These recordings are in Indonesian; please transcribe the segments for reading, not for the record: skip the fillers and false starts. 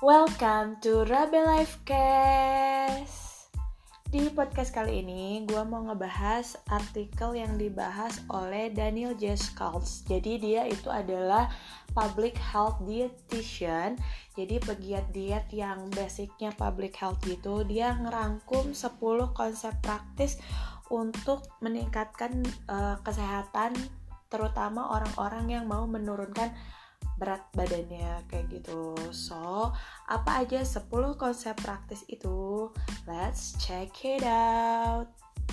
Welcome to Rabe Lifecast. Di podcast kali ini, gue mau ngebahas artikel yang dibahas oleh Daniel J. Schultz. Jadi dia itu adalah public health dietitian. Jadi pegiat diet yang basicnya public health gitu. Dia ngerangkum 10 konsep praktis untuk meningkatkan kesehatan, terutama orang-orang yang mau menurunkan berat badannya kayak gitu. So, apa aja 10 konsep praktis itu? Let's check it out.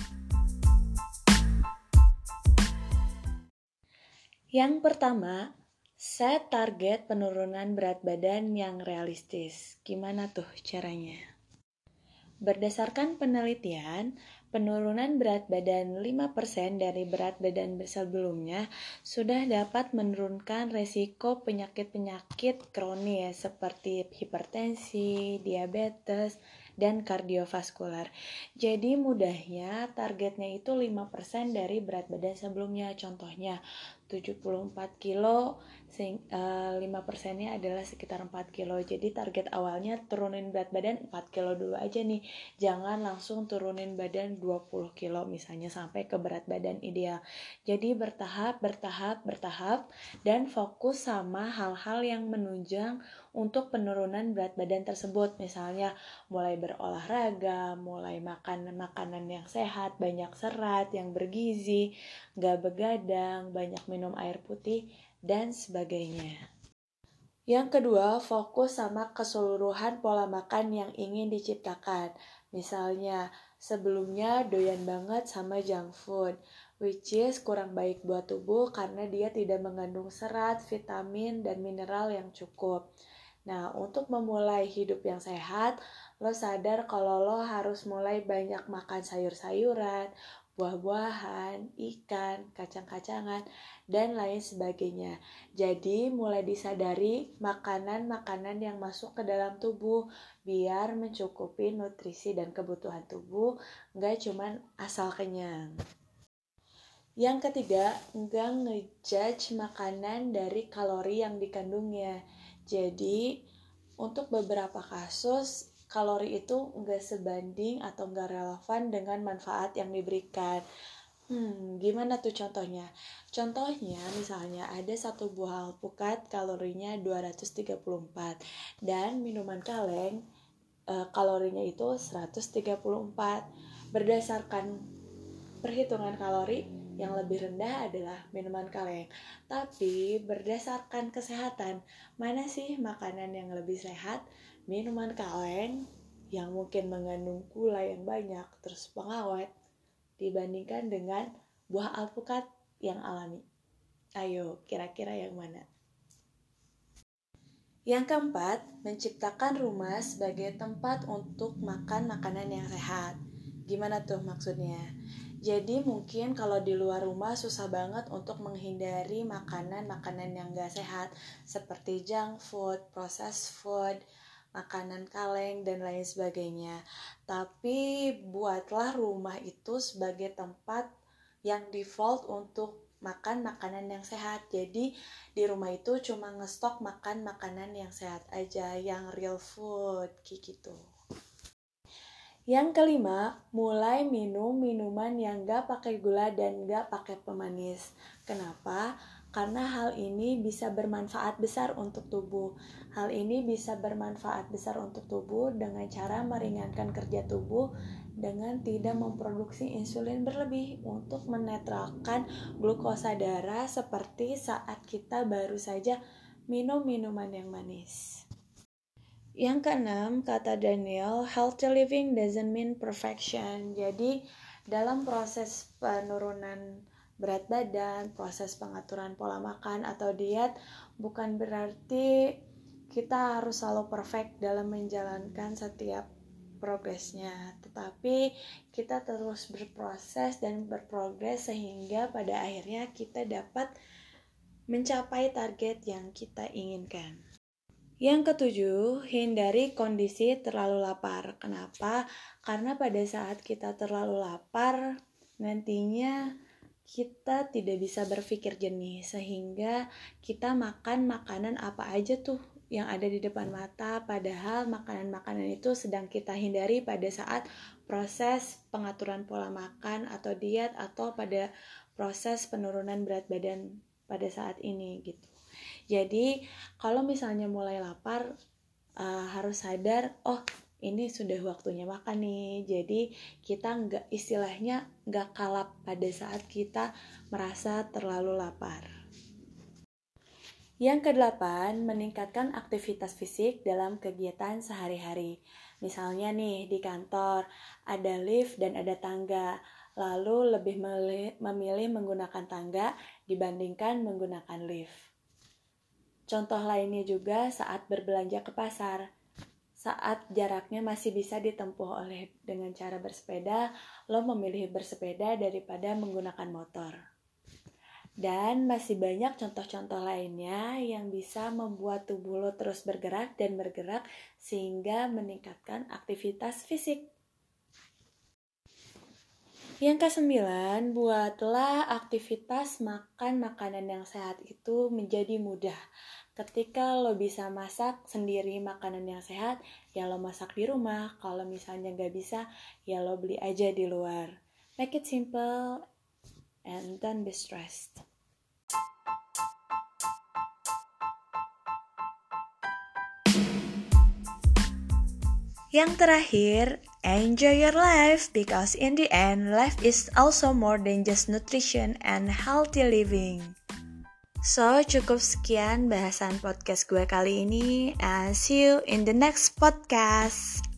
Yang pertama, set target penurunan berat badan yang realistis. Gimana tuh caranya? Berdasarkan penelitian, penurunan berat badan 5% dari berat badan sebelumnya sudah dapat menurunkan resiko penyakit-penyakit kronis seperti hipertensi, diabetes, dan kardiovaskular. Jadi mudahnya targetnya itu 5% dari berat badan sebelumnya. Contohnya 74 kilo, 5%-nya adalah sekitar 4 kilo. Jadi target awalnya turunin berat badan 4 kilo dulu aja nih. Jangan langsung turunin badan 20 kilo misalnya sampai ke berat badan ideal. Jadi bertahap dan fokus sama hal-hal yang menunjang untuk penurunan berat badan tersebut. Misalnya mulai berolahraga, mulai makan makanan yang sehat, banyak serat, yang bergizi, gak begadang, banyak minum air putih, dan sebagainya. Yang kedua, fokus sama keseluruhan pola makan yang ingin diciptakan. Misalnya, sebelumnya doyan banget sama junk food, which is kurang baik buat tubuh karena dia tidak mengandung serat, vitamin, dan mineral yang cukup. Nah, untuk memulai hidup yang sehat, lo sadar kalau lo harus mulai banyak makan sayur-sayuran, buah-buahan, ikan, kacang-kacangan, dan lain sebagainya. Jadi mulai disadari makanan-makanan yang masuk ke dalam tubuh biar mencukupi nutrisi dan kebutuhan tubuh, nggak cuman asal kenyang. Yang ketiga, nggak ngejudge makanan dari kalori yang dikandungnya. Jadi untuk beberapa kasus kalori itu nggak sebanding atau nggak relevan dengan manfaat yang diberikan. Gimana tuh contohnya? Contohnya misalnya ada satu buah alpukat kalorinya 234 dan minuman kaleng kalorinya itu 134. Berdasarkan perhitungan kalori yang lebih rendah adalah minuman kaleng. Tapi berdasarkan kesehatan, mana sih makanan yang lebih sehat? Minuman kaleng yang mungkin mengandung gula yang banyak terus pengawet dibandingkan dengan buah alpukat yang alami. Ayo, kira-kira yang mana? Yang keempat, menciptakan rumah sebagai tempat untuk makan makanan yang sehat. Gimana tuh maksudnya? Jadi mungkin kalau di luar rumah susah banget untuk menghindari makanan-makanan yang gak sehat seperti junk food, processed food, makanan kaleng, dan lain sebagainya. Tapi buatlah rumah itu sebagai tempat yang default untuk makan makanan yang sehat. Jadi di rumah itu cuma ngestok makan makanan yang sehat aja, yang real food kayak gitu. Yang kelima, mulai minum minuman yang gak pakai gula dan gak pakai pemanis. Kenapa? Karena hal ini bisa bermanfaat besar untuk tubuh. Hal ini bisa bermanfaat besar untuk tubuh dengan cara meringankan kerja tubuh dengan tidak memproduksi insulin berlebih untuk menetralkan glukosa darah seperti saat kita baru saja minum minuman yang manis. Yang keenam, kata Daniel, healthy living doesn't mean perfection. Jadi, dalam proses penurunan berat badan, proses pengaturan pola makan atau diet, bukan berarti kita harus selalu perfect dalam menjalankan setiap progresnya. Tetapi, kita terus berproses dan berprogres sehingga pada akhirnya kita dapat mencapai target yang kita inginkan. Yang ketujuh, hindari kondisi terlalu lapar. Kenapa? Karena pada saat kita terlalu lapar, nantinya kita tidak bisa berpikir jernih. Sehingga kita makan makanan apa aja tuh yang ada di depan mata, padahal makanan-makanan itu sedang kita hindari pada saat proses pengaturan pola makan atau diet atau pada proses penurunan berat badan pada saat ini gitu. Jadi kalau misalnya mulai lapar, harus sadar, ini sudah waktunya makan nih. Jadi kita istilahnya nggak kalap pada saat kita merasa terlalu lapar. Yang kedelapan, meningkatkan aktivitas fisik dalam kegiatan sehari-hari. Misalnya nih, di kantor ada lift dan ada tangga, lalu lebih memilih menggunakan tangga dibandingkan menggunakan lift. Contoh lainnya juga saat berbelanja ke pasar. Saat jaraknya masih bisa ditempuh dengan cara bersepeda, lo memilih bersepeda daripada menggunakan motor. Dan masih banyak contoh-contoh lainnya yang bisa membuat tubuh lo terus bergerak dan bergerak sehingga meningkatkan aktivitas fisik. Yang ke-9, buatlah aktivitas makan makanan yang sehat itu menjadi mudah. Ketika lo bisa masak sendiri makanan yang sehat, ya lo masak di rumah. Kalau misalnya gak bisa, ya lo beli aja di luar. Make it simple and don't be stressed. Yang terakhir, enjoy your life because in the end, life is also more than just nutrition and healthy living. So, cukup sekian bahasan podcast gue kali ini, and see you in the next podcast.